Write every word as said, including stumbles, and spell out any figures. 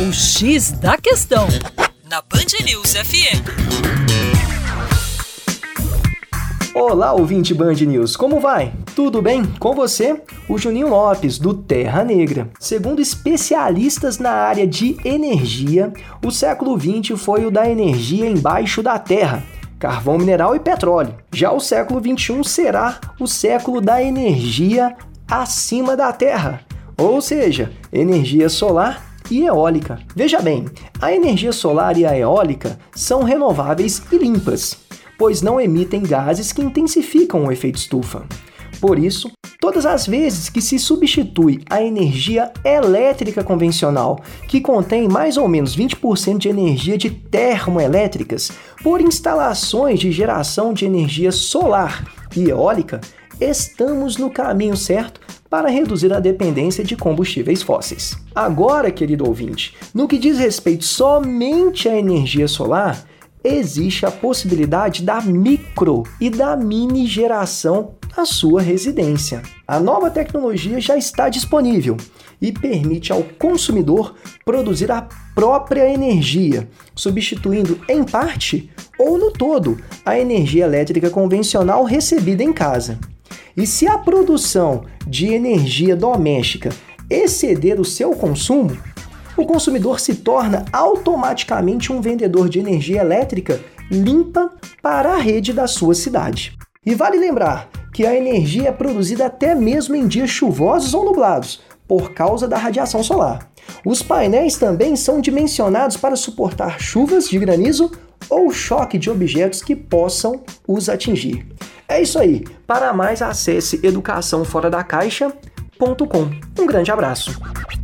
O X da Questão, na Band News F M. Olá, ouvinte Band News, como vai? Tudo bem? Com você? O Juninho Lopes, do Terra Negra. Segundo especialistas na área de energia, o século vinte foi o da energia embaixo da terra, carvão mineral e petróleo. Já o século vinte e um será o século da energia acima da terra, ou seja, energia solar e eólica. Veja bem, a energia solar e a eólica são renováveis e limpas, pois não emitem gases que intensificam o efeito estufa. Por isso, todas as vezes que se substitui a energia elétrica convencional, que contém mais ou menos vinte por cento de energia de termoelétricas, por instalações de geração de energia solar e eólica, estamos no caminho certo para reduzir a dependência de combustíveis fósseis. Agora, querido ouvinte, no que diz respeito somente à energia solar, existe a possibilidade da micro e da mini geração na sua residência. A nova tecnologia já está disponível e permite ao consumidor produzir a própria energia, substituindo em parte ou no todo a energia elétrica convencional recebida em casa. E se a produção de energia doméstica exceder o seu consumo, o consumidor se torna automaticamente um vendedor de energia elétrica limpa para a rede da sua cidade. E vale lembrar que a energia é produzida até mesmo em dias chuvosos ou nublados, por causa da radiação solar. Os painéis também são dimensionados para suportar chuvas de granizo ou choque de objetos que possam os atingir. É isso aí. Para mais, acesse educação fora da caixa ponto com. Um grande abraço.